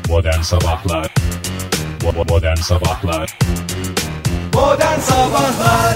Modern Sabahlar. Modern Sabahlar. Modern Sabahlar.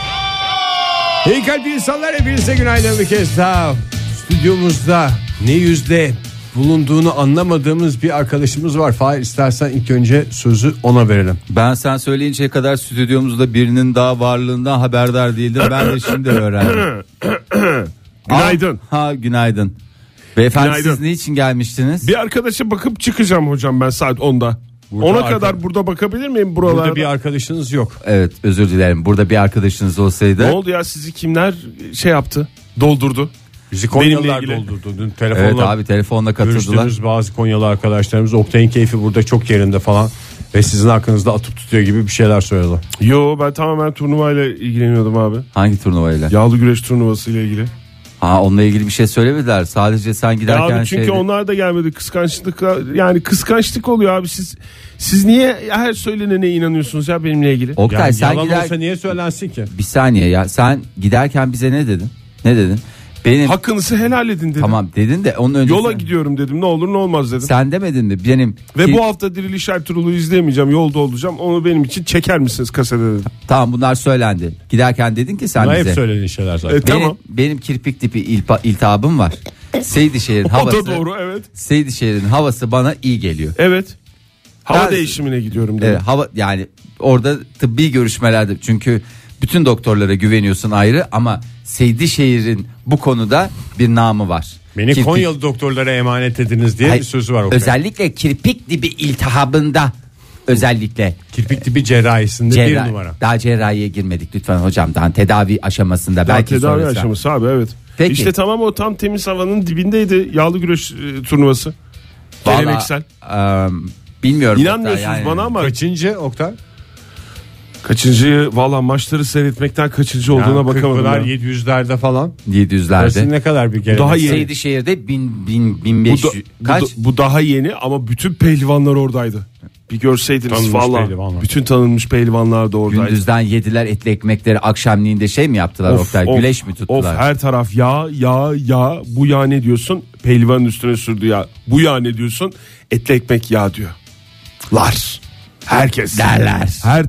İyi kalpli insanlar, hepinize günaydın bir kez daha. Stüdyomuzda ne yüzde bulunduğunu anlamadığımız bir arkadaşımız var. Fahir, istersen ilk önce sözü ona verelim. Ben sen söyleyinceye kadar stüdyomuzda birinin daha varlığından haberdar değildim. Ben de şimdi öğrendim. Günaydın. Günaydın. Beyefendi, Günaydın. siz niçin gelmiştiniz? Bir arkadaşa bakıp çıkacağım hocam ben saat 10'da. Burada Ona kadar burada bakabilir miyim Burada buralarda? bir arkadaşınız yok. Evet, özür dilerim. Burada bir arkadaşınız olsaydı. Ne oldu ya, sizi kimler şey yaptı? Doldurdu. Bizi Konyalılar Benimle ilgili. doldurdu. Dün telefonla Evet abi, telefonla katıldılar. görüştüğümüz bazı Konyalı arkadaşlarımız Oktay'ın keyfi burada çok yerinde falan ve sizin hakkınızda atıp tutuyor gibi bir şeyler söyledi. Yo, ben tamamen turnuvayla ilgileniyordum abi. Hangi turnuvayla? Yağlı güreş turnuvası ile ilgili. Onunla ilgili bir şey söylemediler. Sadece sen Ya giderken abi çünkü onlar da gelmedi, kıskançlık, yani kıskançlık oluyor abi. Siz niye her söylenene inanıyorsunuz ya benimle ilgili? Oktay, Yani sen yalan olsa niye söylensin ki? Bir saniye ya, sen giderken bize ne dedin? Ne dedin? Benim Hakkınızı helal edin dedim. tamam dedin de onun önce Yola gidiyorum dedim, ne olur ne olmaz dedim. sen demedin mi? Benim Ve bu hafta Diriliş Ertuğrul'u izleyemeyeceğim, yolda olacağım. Onu benim için çeker misiniz kasede dedim. Tamam, bunlar söylendi. Giderken dedin ki sen Bunlar hep bize. söylenen şeyler zaten. Tamam. Benim kirpik tipi iltihabım var. Seydişehir'in O havası. da doğru, evet. Seydişehir'in havası bana iyi geliyor. Evet. Hava Ben- değişimine gidiyorum dedim. Hava, yani orada tıbbi görüşmelerde, çünkü bütün doktorlara güveniyorsun ayrı, ama Seydişehir'in bu konuda bir namı var. Beni Kirpik- Konyalı doktorlara emanet ediniz diye Hayır, bir sözü var Oktay. özellikle kirpik dibi iltihabında, özellikle Kirpik tipi cerrahisinde bir numara. Daha cerrahiye girmedik lütfen hocam, daha tedavi aşamasında, Daha belki tedavi sonrası. aşaması abi, evet. Peki. İşte tamam, o tam temiz havanın dibindeydi yağlı güreş turnuvası. Vallahi, Geleneksel. bilmiyorum. İnanmıyorsunuz hatta yani. bana ama Kaçıncı Oktay? kaçıncı, valla maçları seyretmekten kaçıncı olduğuna bakamadım. 40'lar, ya. 700'lerde falan. 700'lerde. Arası ne kadar bir gelenek? Daha yeni. Seydişehir'de 1500 kaç? Bu daha yeni ama bütün pehlivanlar oradaydı. Bir görseydiniz Tanınmış valla. pehlivanlar. Bütün tanınmış pehlivanlar da oradaydı. Gündüzden yediler etli ekmekleri, akşamleyin de şey mi yaptılar Oktay? Güleş mi tuttular? Of, her taraf yağ, bu yağ ne diyorsun? Pehlivanın üstüne sürdü ya. Bu yağ ne diyorsun? Etli ekmek yağ diyor. Herkes Derler. Her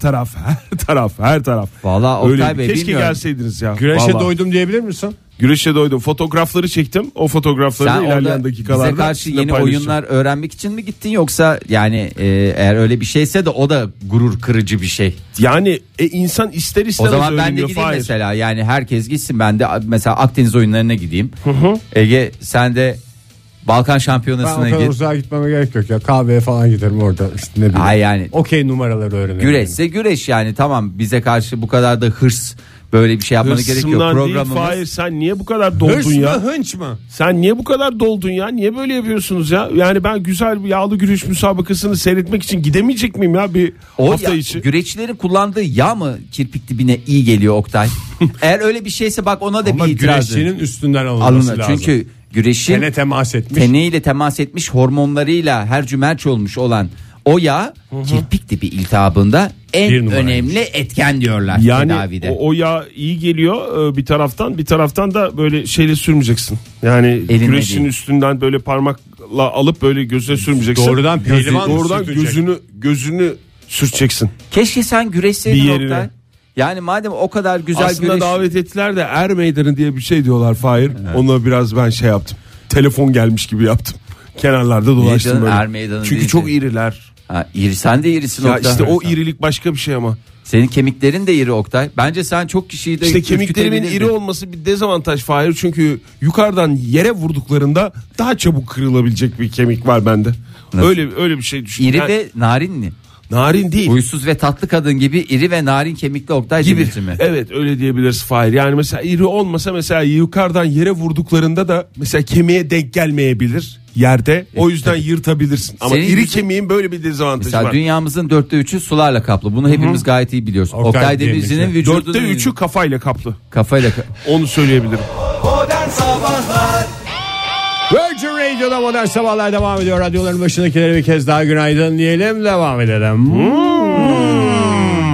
taraf. Vallahi Öyle Oktay Bey, keşke bilmiyorum. gelseydiniz ya. Güreşe Vallahi. doydum diyebilir misin? Güreşe doydum. Fotoğrafları çektim. O fotoğrafları Sen da ilerleyen orada dakikalarda bize karşı sizinle yeni paylaşacağım. oyunlar öğrenmek için mi gittin, yoksa yani eğer öyle bir şeyse de o da gurur kırıcı bir şey. Yani insan ister O istemez zaman ben de öğreniyor. gideyim Fahir. mesela, yani herkes gitsin, ben de mesela Akdeniz oyunlarına gideyim. Ege, sen de Balkan Ben o Şampiyonası'na kadar git. uzağa gitmeme gerek yok ya. Kahveye falan giderim orada. İşte ne bileyim. Ay yani Okey numaraları öğrenelim. güreşse güreş, yani tamam, bize karşı bu kadar da hırs, böyle bir şey yapmana gerek yok. Hırsımdan değil Programımız Fahir, sen niye bu kadar doldun Hırs mı ya? hınç mı? Sen niye bu kadar doldun ya? Niye böyle yapıyorsunuz ya? Yani ben güzel bir yağlı güreş müsabakasını seyretmek için gidemeyecek miyim ya bir o hafta içi? güreçlerin kullandığı yağ mı kirpik dibine iyi geliyor Oktay? Eğer öyle bir şeyse bak, ona da Ama bir itiraz güreşçinin üstünden alınması alınır. lazım. Çünkü güreşin Tene temas etmiş. teneyle temas etmiş, hormonlarıyla hercümerç olmuş olan o yağ kirpik dibi iltihabında Bir en numaraymış. önemli etken diyorlar Yani tedavide. o yağ iyi geliyor bir taraftan da böyle şeyle sürmeyeceksin. Yani Elinle güreşin değil. üstünden böyle parmakla alıp böyle gözüne sürmeyeceksin. Doğrudan pehlivan mı Doğrudan sürtecek? gözünü sürteceksin. Keşke sen güreşseydin Bir yerine. Oktay. Yani madem o kadar güzel Aslında güreş. davet ettiler de er meydanı diye bir şey diyorlar Fahir. Ona biraz ben şey yaptım. Telefon gelmiş gibi yaptım. Kenarlarda dolaştım canım, böyle. er meydanı Çünkü deyince. çok iriler. Ha, iri, sen de irisin Ya Oktay. işte o irilik başka bir şey ama. Senin kemiklerin de iri Oktay. Bence sen çok kişiyi de İşte kemiklerimin ürkütebilirdin. iri olması bir dezavantaj Fahir. Çünkü yukarıdan yere vurduklarında daha çabuk kırılabilecek bir kemik var bende. Nasıl? Öyle bir şey düşün. İri Yani ve narin mi? narin değil. Huysuz ve tatlı kadın gibi iri ve narin kemikli Oktay Gibi. Demirci mi? Evet, öyle diyebiliriz Fahir. Yani mesela iri olmasa, mesela yukarıdan yere vurduklarında da mesela kemiğe denk gelmeyebilir yerde. O yüzden yırtabilirsin. Ama Senin iri yüzün- kemiğin böyle bir dezavantajı Mesela var. dünyamızın 3'ü sularla kaplı. Bunu hepimiz gayet iyi biliyoruz. Oktay Demirci'nin Demirci. vücudunun 3'ü kafayla kaplı. kafayla Onu söyleyebilirim. Modern Sabahlar. Virgin Radio'da Modern Sabahlar devam ediyor. Radyoların başındakilere bir kez daha günaydın diyelim, devam edelim.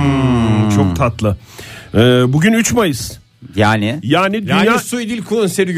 Çok tatlı. Bugün 3 Mayıs. yani Yani dünya Yani Suidil konseri günü.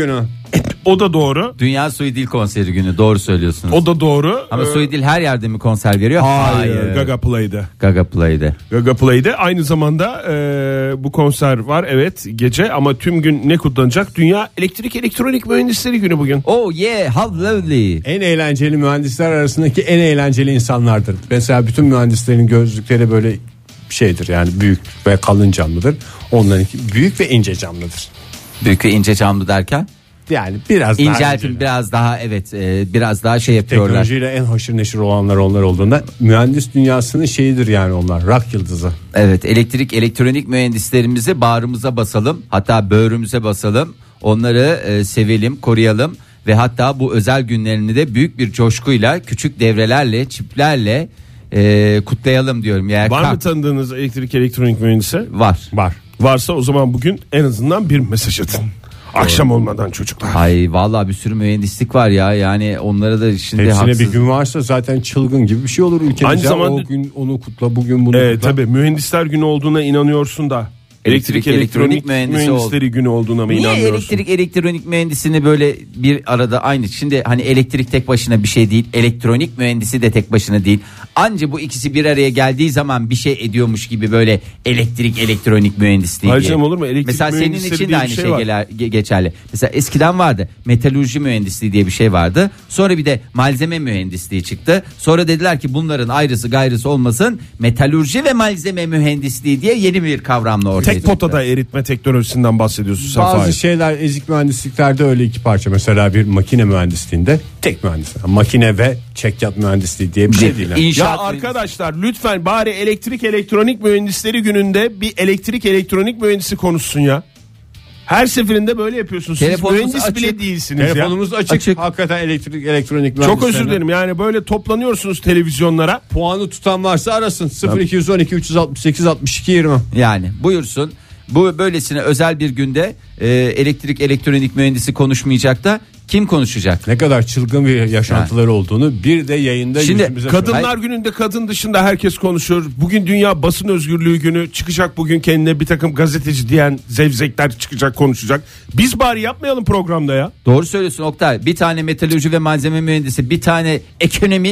O da doğru. Dünya Suidil konseri günü, doğru söylüyorsunuz. O da doğru. Ama Suidil her yerde mi konser veriyor? Hayır. Gaga Play'de. Gaga Play'de. Gaga Play'de aynı zamanda bu konser var evet gece, ama tüm gün ne kutlanacak? Dünya Elektrik Elektronik Mühendisleri Günü bugün. Oh yeah, how lovely. En eğlenceli mühendisler arasındaki en eğlenceli insanlardır. Mesela bütün mühendislerin gözlükleri böyle şeydir, yani büyük ve kalın camlıdır. Onlarınki büyük ve ince camlıdır. Büyük ve ince camlı derken? Yani biraz daha İnceltin, biraz daha evet, biraz daha şey yapıyorlar. teknolojiyle en haşır neşir olanlar onlar olduğunda mühendis dünyasının şeyidir yani, onlar rock yıldızı. Evet, elektrik elektronik mühendislerimizi bağrımıza basalım, hatta böğrümüze basalım, onları sevelim, koruyalım ve hatta bu özel günlerini de büyük bir coşkuyla, küçük devrelerle, çiplerle kutlayalım diyorum. Yani Var mı tanıdığınız elektrik elektronik mühendisi? Var. Varsa o zaman bugün en azından bir mesaj atın. Akşam olmadan çocuklar. Ay vallahi bir sürü mühendislik var ya, yani onlara da şimdi Hepsine haksız. bir gün varsa zaten çılgın gibi bir şey olur ülkemizde. Aynı zamanda- O gün onu kutla, bugün bunu kutla. Tabii mühendisler günü olduğuna inanıyorsun da. Elektrik elektronik mühendisleri günü olduğuna mı Niye inanmıyorsun? elektrik elektronik mühendisini böyle bir arada aynı? Şimdi hani elektrik tek başına bir şey değil, elektronik mühendisi de tek başına değil. Anca bu ikisi bir araya geldiği zaman bir şey ediyormuş gibi böyle elektrik elektronik mühendisliği Hayır diye. canım, olur mu? Elektrik Mesela senin mühendisleri için de diye aynı bir şey, şey var. geçerli. Mesela eskiden vardı metalurji mühendisliği diye bir şey vardı. Sonra bir de malzeme mühendisliği çıktı. Sonra dediler ki bunların ayrısı gayrısı olmasın, metalurji ve malzeme mühendisliği diye yeni bir kavramla ortaya Tek çıktı. potada eritme teknolojisinden bahsediyorsun sen. Bazı Fahir. şeyler ezik mühendisliklerde öyle iki parça. Mesela bir makine mühendisliğinde tek mühendis. Makine ve çekyat mühendisliği diye bir şey değil. yani. Ya İnşaat arkadaşlar lütfen bari elektrik elektronik mühendisleri gününde bir elektrik elektronik mühendisi konuşsun ya. Her seferinde böyle yapıyorsunuz. Siz Telefonumuz mühendis açık. bile değilsiniz ya. Telefonumuz açık. Hakikaten elektrik elektronik Çok mühendislerine. özür dilerim, yani böyle toplanıyorsunuz televizyonlara. Puanı tutan varsa arasın. 0212 368 62 20. Yani buyursun. Bu böylesine özel bir günde elektrik elektronik mühendisi konuşmayacak da kim konuşacak? Ne kadar çılgın bir yaşantıları olduğunu bir de yayında Şimdi yüzümüze Kadınlar Hayır. gününde kadın dışında herkes konuşuyor. Bugün Dünya Basın Özgürlüğü günü, çıkacak bugün kendine bir takım gazeteci diyen zevzekler çıkacak konuşacak. Biz bari yapmayalım programda ya. Doğru söylüyorsun Oktay. Bir tane metalurji ve malzeme mühendisi, bir tane ekonomi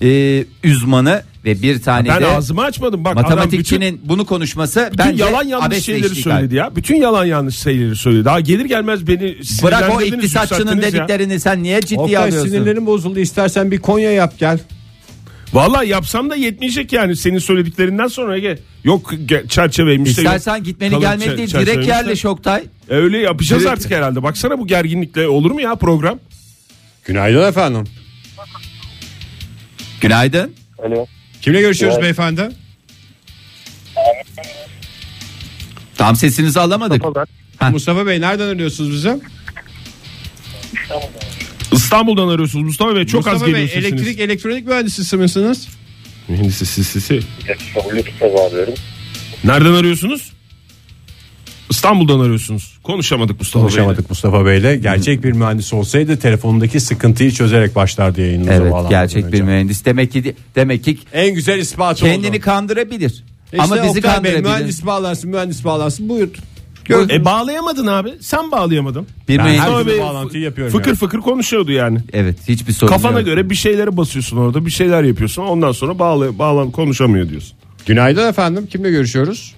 uzmanı ve bir tane Ben de ağzımı açmadım. Bak adam matematikçinin bunu konuşması bütün bence yalan yanlış abesle şeyleri iştigal. söyledi ya. Bütün yalan yanlış şeyleri söyledi. Daha gelir gelmez beni Bırak o sinirlendirdiniz, iktisatçının yükselttiniz ya. dediklerini sen niye ciddiye Oktay, alıyorsun? sinirlerim bozuldu. İstersen bir Konya yap gel. Vallahi yapsam da yetmeyecek yani senin söylediklerinden sonra. Yok çerçeveymiş. de yok. İstersen gitmeni Kalın gelmeni değil, direkt çerçeveymiş de. yerleş Oktay. Öyle yapacağız Direkt- artık herhalde. Baksana bu gerginlikle olur mu ya program? Günaydın efendim. Günaydın. Alo. Kimle görüşüyoruz beyefendi? Tam sesinizi alamadık. Heh. Mustafa Bey, nereden arıyorsunuz bize? İstanbul'dan arıyorsunuz Mustafa Bey. Çok Mustafa az Bey, geliyor sesiniz. elektrik elektronik mühendisi misiniz? Mühendisi. Lütfen arıyorum. Nereden arıyorsunuz? İstanbul'dan arıyorsunuz. Konuşamadık Mustafa Bey'le. Konuşamadık Mustafa Bey'le. Gerçek bir mühendis olsaydı telefonundaki sıkıntıyı çözerek başlardı yayınımıza. Evet, bağlanmadan gerçek önce. bir mühendis. Demek ki En güzel ispatı kendini oldu. kandırabilir. İşte Ama bizi Oktay Bey, kandırabilir. mühendis bağlansın buyur. Bağlayamadın abi. Sen bağlayamadın. Bir Ben mühendis- her Mustafa türlü Bey bağlantıyı yapıyorum. Fıkır yani. fıkır konuşuyordu yani. Evet, hiçbir sorun Kafana yok. göre bir şeylere basıyorsun orada. Bir şeyler yapıyorsun. Ondan sonra konuşamıyor diyorsun. Günaydın efendim. Kimle görüşüyoruz?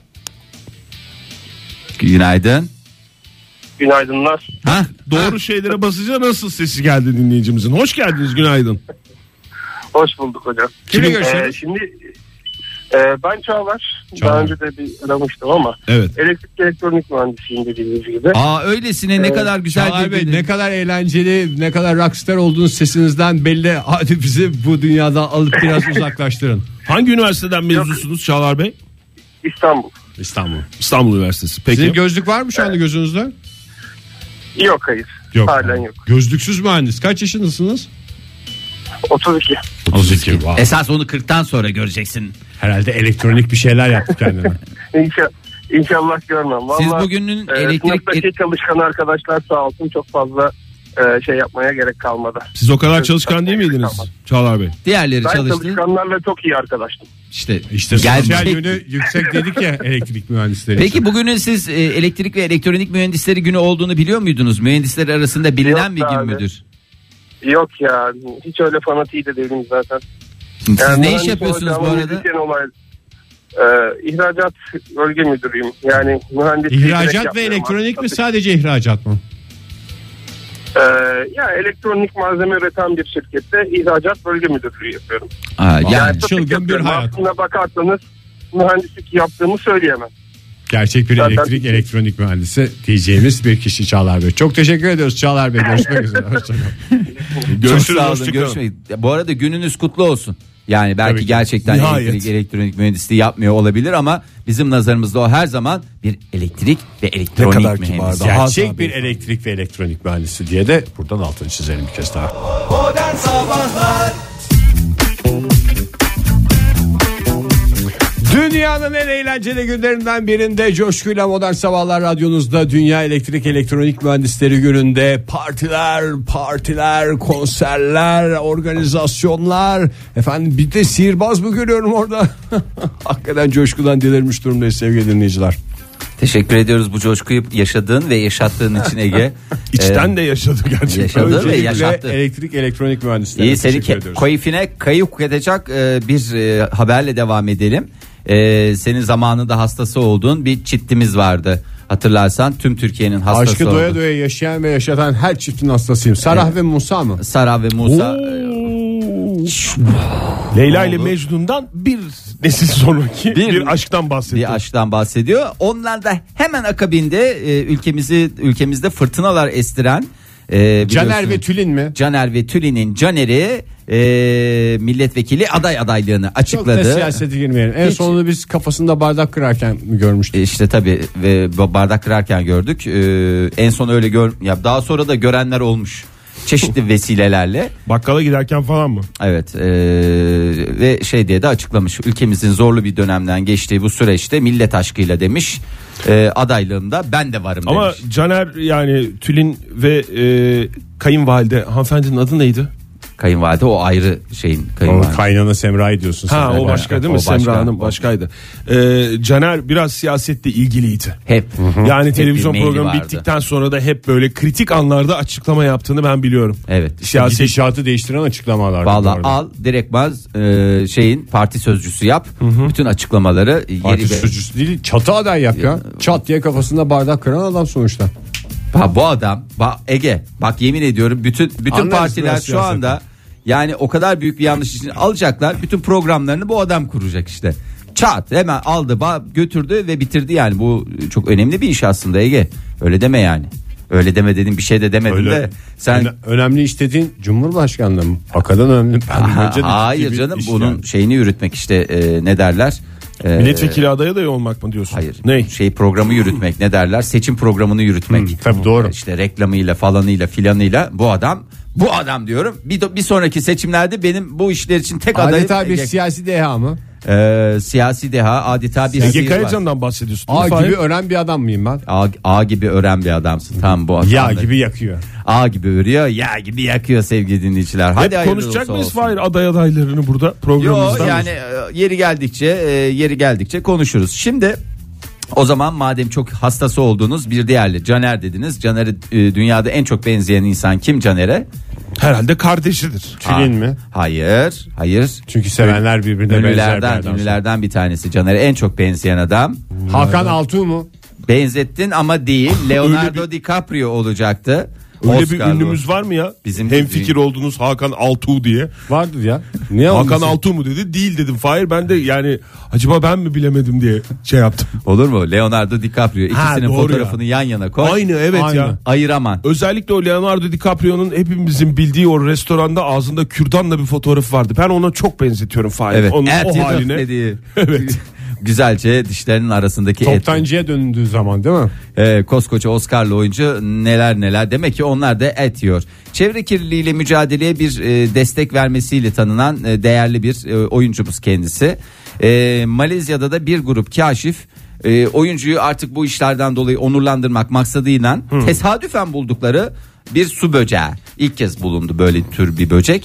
Günaydın. Günaydınlar. Hah, Doğru şeylere basınca nasıl sesi geldi dinleyicimizin? Hoş geldiniz, günaydın. Hoş bulduk hocam. Kimle görüşüyoruz? Şimdi ben Çağlar. Çağlar. Daha önce de bir aramıştım ama Evet. elektrik elektronik mühendisiyim dediğiniz gibi. Aa öylesine ne kadar güzel Çağlar Bey, bir ne kadar eğlenceli, ne kadar rockstar olduğunuz sesinizden belli. Hadi bizi bu dünyadan alıp biraz uzaklaştırın. Hangi üniversiteden mezunsunuz Çağlar Bey? İstanbul. İstanbul. İstanbul Üniversitesi. Peki. Sizin gözlük var mı şu anda gözünüzde? Yok hayır. Halen yok. Gözlüksüz mühendis. Kaç yaşındasınız? 32. 32. Wow. Esas onu 40'tan sonra göreceksin. Herhalde elektronik bir şeyler yaptı kendine. İnşallah görmem. Siz Vallahi, bugünün sınıftaki çalışkan arkadaşlar sağ olsun çok fazla şey yapmaya gerek kalmadı. Siz o kadar çalışkan değil miydiniz Çağlar Bey? Diğerleri Ben çalıştı. çalışkanlarla çok iyi arkadaştım. İşte gerçek- sosyal yönü yüksek dedik ya elektrik mühendisleri. Peki bugünün siz elektrik ve elektronik mühendisleri günü olduğunu biliyor muydunuz? Mühendisler arasında bilinen Yok bir gün abi. müdür? Yok ya, hiç öyle fanatiği de değilim zaten. Siz Yani ne iş mühendis yapıyorsunuz bu olacağım, arada? müzisyen olayım. İhracat bölge müdürüyüm. Yani mühendislik İhracat ve elektronik mi, sadece ihracat mı? Ya elektronik malzeme üreten bir şirkette ihracat bölge müdürlüğü yapıyorum. Yani Satış çılgın bir yapıyorum. hayat. Aslında bakarsanız mühendislik yaptığımı söyleyemem. Gerçek bir Zaten- elektrik elektronik mühendisi diyeceğimiz bir kişi Çağlar Bey. Çok teşekkür ediyoruz Çağlar Bey. Görüşmek üzere. Hoşçakalın. Çok Görüşürüz, sağ olun, hoşçakalın. görüşmek. Bu arada gününüz kutlu olsun. Yani belki Tabii ki. gerçekten Nihayet. elektrik elektronik mühendisliği yapmıyor olabilir ama bizim nazarımızda o her zaman bir elektrik ve elektronik Ne kadar mühendisi. kibar. Gerçek bir elektrik ve elektronik mühendisi diye de buradan altını çizelim bir kez daha. Modern Sabahlar Dünyanın en eğlenceli günlerinden birinde coşkuyla Modern Sabahlar radyonuzda Dünya Elektrik Elektronik Mühendisleri Günü'nde partiler, konserler, organizasyonlar, efendim bir de sihirbaz mı görüyorum orada? Hakikaten coşkudan delirmiş durumdayız sevgili dinleyiciler. Teşekkür ediyoruz bu coşkuyu yaşadığın ve yaşattığın için Ege. İçten de yaşadı gerçekten. yaşadı ve Öncelikle yaşattı. elektrik elektronik mühendisleri. İyi, seni teşekkür ediyoruz. keyfine kayıp edecek bir haberle devam edelim. Senin zamanında hastası olduğun bir çiftimiz vardı. Hatırlarsan tüm Türkiye'nin hastası Aşkı oldu. doya doya yaşayan ve yaşatan her çiftin hastasıyım. Sarah ve Musa mı? Sara ve Musa. Leyla ile Mecnun'dan bir nesil sonraki bir aşktan bahsediyor. Bir aşktan bahsediyor. Onlar da hemen akabinde ülkemizde fırtınalar estiren Caner biliyorsun, ve Tülin mi? Caner ve Tülin'in Caner'i milletvekili adaylığını Çok da açıkladı. siyasete girmeyelim. En Hiç. sonunda biz kafasında bardak kırarken mi görmüştük? İşte tabii ve bardak kırarken gördük. En son öyle ya daha sonra da görenler olmuş. Çeşitli vesilelerle. Bakkala giderken falan mı? Evet ve şey diye de açıklamış, ülkemizin zorlu bir dönemden geçtiği bu süreçte millet aşkıyla demiş adaylığımda ben de varım Ama demiş. Caner yani Tülin ve kayınvalide hanımefendinin adı neydi? Kayınvalide o ayrı şeyin O kayınvalide. kaynana Semra'yı diyorsun sen. Ha o galiba. başka değil mi? O başka. Semra Hanım başkaydı. Caner biraz siyasetle ilgiliydi. Hep. Yani televizyon bir maili programı vardı. bittikten sonra da hep böyle kritik anlarda açıklama yaptığını ben biliyorum. Evet. Siyaset Gidişatı değiştiren açıklamalar. Vallahi al direkt şeyin parti sözcüsü yap. Bütün açıklamaları Parti yeri sözcüsü değil, çatı aday yap ya. Çat diye kafasında bardak kıran adam sonuçta. Bu adam Ege bak yemin ediyorum bütün Anlarız partiler biraz şu anda yani o kadar büyük bir yanlış için alacaklar, bütün programlarını bu adam kuracak işte. Çat hemen aldı götürdü ve bitirdi, yani bu çok önemli bir iş aslında Ege, öyle deme yani. Öyle deme dedim, bir şey de demedim Öyle. de sen Önemli iş dediğin Cumhurbaşkanlığı mı? Hakikaten önemli. hayır canım bunun şeyini yürütmek işte ne derler? milletvekili adayı da olmak mı diyorsun? Hayır. Ne? Şey programı yürütmek, ne derler? Seçim programını yürütmek. tabii doğru. İşte reklamıyla falanıyla filanıyla bu adam diyorum. Bir sonraki seçimlerde benim bu işler için tek adayım. Adeta bir siyasi deha mı? Siyasi deha, adeta bir Ege sihirbaz. Kayacan'dan bahsediyorsun. değil A mi Fahir? gibi ören bir adam mıyım ben? A gibi ören bir adamsın. Tam bu adam. Yağ gibi yakıyor. A gibi örüyor, yağ gibi yakıyor sevgili dinleyiciler. Hadi Hep hayırlı konuşacak olsun mıyız olsun. Fahir adaylarını burada Yo, programımızda? yani yeri geldikçe konuşuruz. Şimdi o zaman madem çok hastası olduğunuz bir diğerli Caner dediniz. Caner'e dünyada en çok benzeyen insan kim Caner'e? Herhalde kardeşidir. Tülin mi? Hayır. Çünkü sevenler birbirine benzer bir adam. Ünlülerden bir tanesi. Caner'e en çok benzeyen adam. Hakan Altuğ mu? Benzettin ama değil. Leonardo DiCaprio olacaktı. Öyle bir Oscar'lı. ünlümüz var mı ya? Bizim- Hemfikir oldunuz Hakan Altuğ diye. Vardır ya. Niye Hakan olmasın? Altuğ mu dedi? Değil dedim. Fahir ben de yani acaba ben mi bilemedim diye şey yaptım. Olur mu? Leonardo DiCaprio. İkisinin doğru fotoğrafını yan yana koy. Aynı evet Aynı. ya. Ayıraman. Özellikle o Leonardo DiCaprio'nun hepimizin bildiği o restoranda ağzında kürdanla bir fotoğrafı vardı. Ben ona çok benzetiyorum Fahir. Evet. Onun o Ertuğrul haline. dediği. Evet. Güzelce dişlerinin arasındaki et. Toptancıya döndüğü zaman değil mi? Koskoca Oscar'lı oyuncu neler demek ki onlar da et yiyor. Çevre kirliliğiyle mücadeleye bir destek vermesiyle tanınan değerli bir oyuncumuz kendisi. Malezya'da da bir grup kaşif oyuncuyu artık bu işlerden dolayı onurlandırmak maksadıyla tesadüfen buldukları bir su böceği. İlk kez bulundu böyle tür bir böcek.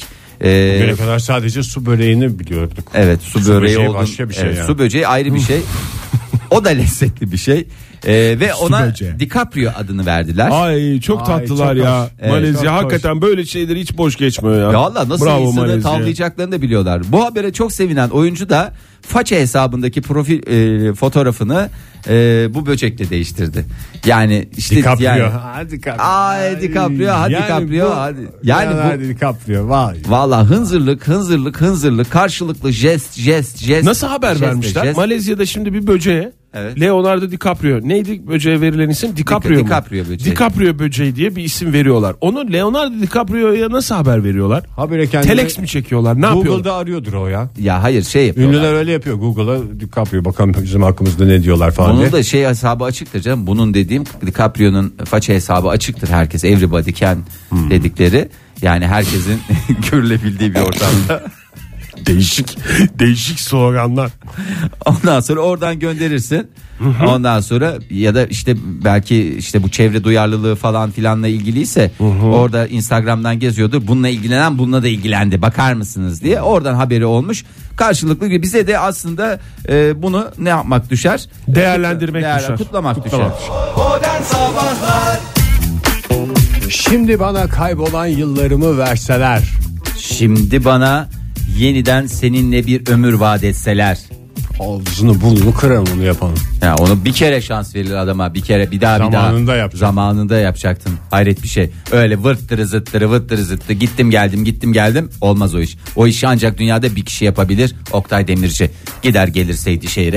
Bugüne kadar sadece su böreğini biliyorduk. Evet, su böreği oldu. Başka bir şey Evet, yani. su böceği ayrı bir şey. O da lezzetli bir şey. Ve Su ona böceği. DiCaprio adını verdiler. Ay çok tatlılar çok ya. hoş. Evet, Malezya çok hakikaten böyle şeyleri hiç boş geçmiyor ya. Ya Allah, nasıl Bravo insanı Malezya. tavlayacaklarını da biliyorlar. Bu habere çok sevinen oyuncu da faça hesabındaki profil fotoğrafını bu böcekle değiştirdi. Yani işte DiCaprio. yani, Hadi DiCaprio. Ay DiCaprio, hadi DiCaprio, hadi. Yani bu DiCaprio vay. valla hınzırlık karşılıklı jest. Nasıl haber jest, vermişler? jest. Malezya'da şimdi bir böceğe Evet. Leonardo DiCaprio. Neydi böceğe verilen isim? DiCaprio mu? DiCaprio böceği. DiCaprio böceği diye bir isim veriyorlar. Onu Leonardo DiCaprio'ya nasıl haber veriyorlar? Habire kendine Telex mi çekiyorlar? Ne yapıyorlar? Google'da arıyordur o ya. Ya hayır şey yapıyorlar. Ünlüler öyle yapıyor. Google'a DiCaprio bakalım bizim hakkımızda ne diyorlar falan diye. Bunun da şey hesabı açıktır canım. Bunun dediğim DiCaprio'nun faça hesabı açıktır herkes. Everybody can dedikleri. Yani herkesin görülebildiği bir ortamda. Değişik sloganlar. Ondan sonra oradan gönderirsin. Ondan sonra ya da işte belki işte bu çevre duyarlılığı falan filanla ilgiliyse orada Instagram'dan geziyordur. Bununla ilgilenen bununla da ilgilendi. Bakar mısınız diye oradan haberi olmuş. Karşılıklı bize de aslında bunu ne yapmak düşer? Değerlendirmek düşer. Kutlamak düşer. Modern Sabahlar. Şimdi bana kaybolan yıllarımı verseler. Şimdi bana yeniden seninle bir ömür vaat etseler. Ağzını burnunu kırarım onu yapanı. Ya onu bir kere şans verilir adama, bir kere bir daha Zamanında yapacaksın. Zamanında yapacaktın. Hayret bir şey. Öyle vırttırı zıttırı gittim geldim olmaz o iş. O işi ancak dünyada bir kişi yapabilir. Oktay Demirci. Gider gelirseydi şehre.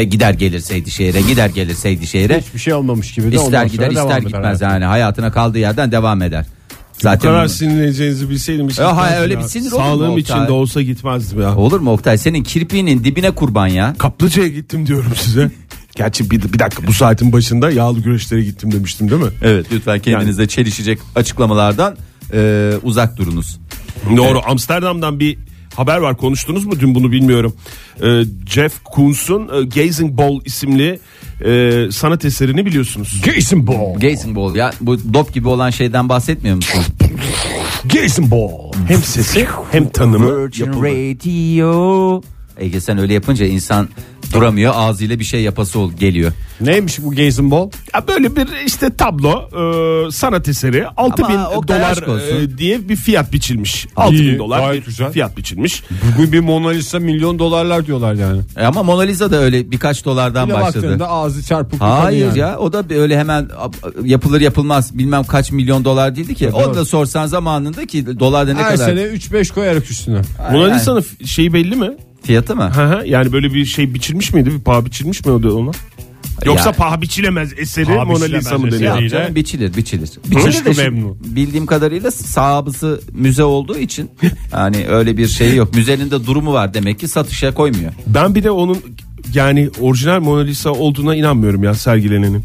Hiçbir şey olmamış gibi de İster ondan gider sonra devam ister eder gitmez hayatına. yani hayatına kaldığı yerden devam eder. Bu Zaten kadar bunu- sinirleneceğinizi bilseydim. hiç Ya hayır, gitmezdim öyle ya. bir sinir olur mu Sağlığım Oktay? içinde olsa gitmezdim ya. Olur mu Oktay, senin kirpiğinin dibine kurban ya. Kaplıca'ya gittim diyorum size. Gerçi bir dakika, bu saatin başında yağlı güreşlere gittim demiştim değil mi? Evet, lütfen kendinizde çelişecek açıklamalardan uzak durunuz. Doğru. Amsterdam'dan bir haber var, konuştunuz mu dün, bunu bilmiyorum. Jeff Koons'un Gazing Ball isimli sanat eserini biliyorsunuz. Gazing Ball. Gazing Ball ya, bu dop gibi olan şeyden bahsetmiyor musun? Gazing Ball. Hem sesi hem tanımı Virgin yapıldı. Radio. Ege sen öyle yapınca insan duramıyor, ağzıyla bir şey yapası geliyor. Neymiş bu Gazing Ball? Ya böyle bir işte tablo, sanat eseri, 6.000 Oktay, aşk dolar olsun. diye bir fiyat biçilmiş. İyi, 6.000 dolar gayet bir güzel. fiyat biçilmiş. Bugün bir Mona Lisa milyon dolarlar diyorlar yani. Ama Mona Lisa da öyle birkaç dolardan Bir de başladı. baktığında ağzı çarpık bir kadın Hayır yani. ya, o da öyle hemen yapılır yapılmaz bilmem kaç milyon dolar değildi ki. Onu da sorsan zamanında ki dolarda ne Her kadar sene 3-5 koyarak üstüne. Mona Lisa'nın şeyi belli mi? fiyatı mı? Yani böyle bir şey biçilmiş miydi? Bir paha biçilmiş mi o ona? Yoksa Ya- paha biçilemez eseri Paha Mona biçilemez Lisa mı eseri. deniyor? Ya canım, biçilir. Hoştu de şimdi memnun. bildiğim kadarıyla sahibi müze olduğu için hani öyle bir şey yok. Müzenin de durumu var demek ki, satışa koymuyor. Ben bir de onun yani orijinal Mona Lisa olduğuna inanmıyorum ya, sergilenenin.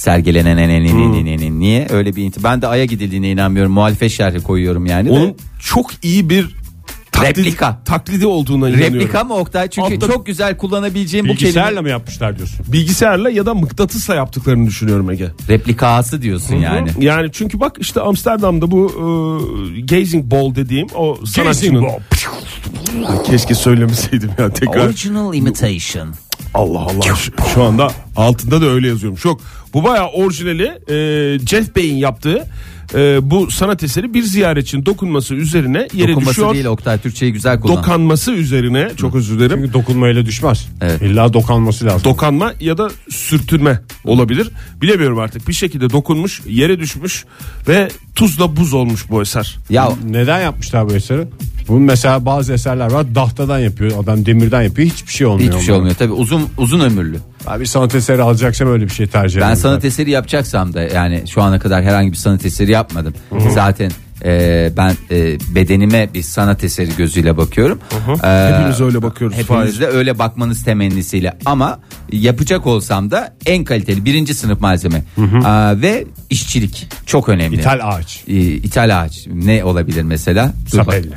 Sergelenen niye öyle bir ben de Ay'a gidildiğine inanmıyorum. Muhalefet şerhi koyuyorum yani. Onun çok iyi bir taklidi olduğuna inanıyorum. Replika mı Oktay? Çünkü Altta- çok güzel kullanabileceğim bu Bilgisayarla kelime. mı yapmışlar diyorsun? Bilgisayarla ya da mıknatısla yaptıklarını düşünüyorum Ege. Replikası diyorsun yani. Yani çünkü bak işte Amsterdam'da bu Gazing Ball dediğim o sanatçının. Ay, keşke söylemeseydim ya tekrar. Original imitation. Allah Allah, şu anda altında da öyle yazıyormuş. Yok, bu bayağı orijinali, Jeff Bey'in yaptığı bu sanat eseri bir ziyaretçinin dokunması üzerine yere Dokunması düşüyor. değil Oktay, Türkçeyi güzel kullan. Dokanması üzerine, çok özür dilerim. Çünkü dokunmayla düşmez. Evet. İlla dokanması lazım. Dokanma ya da sürtünme olabilir. Bilemiyorum artık. Bir şekilde dokunmuş, yere düşmüş ve tuzla buz olmuş bu eser. Ya Neden yapmışlar bu eseri? Bunun mesela bazı eserler var, tahtadan yapıyor, adam demirden yapıyor, hiçbir şey olmuyor. hiçbir şey olmuyor tabii, uzun ömürlü. Abi sanat eseri alacaksam öyle bir şey tercih ederim. Ben sanat eseri yapacaksam da yani şu ana kadar herhangi bir sanat eseri yapmadım. Zaten ben bedenime bir sanat eseri gözüyle bakıyorum. Hepimiz öyle bakıyoruz. Hepiniz de öyle bakmanız temennisiyle, ama yapacak olsam da en kaliteli 1. sınıf malzeme ve işçilik çok önemli. İthal ağaç. İthal ağaç ne olabilir mesela? Dur bak. Sapelle.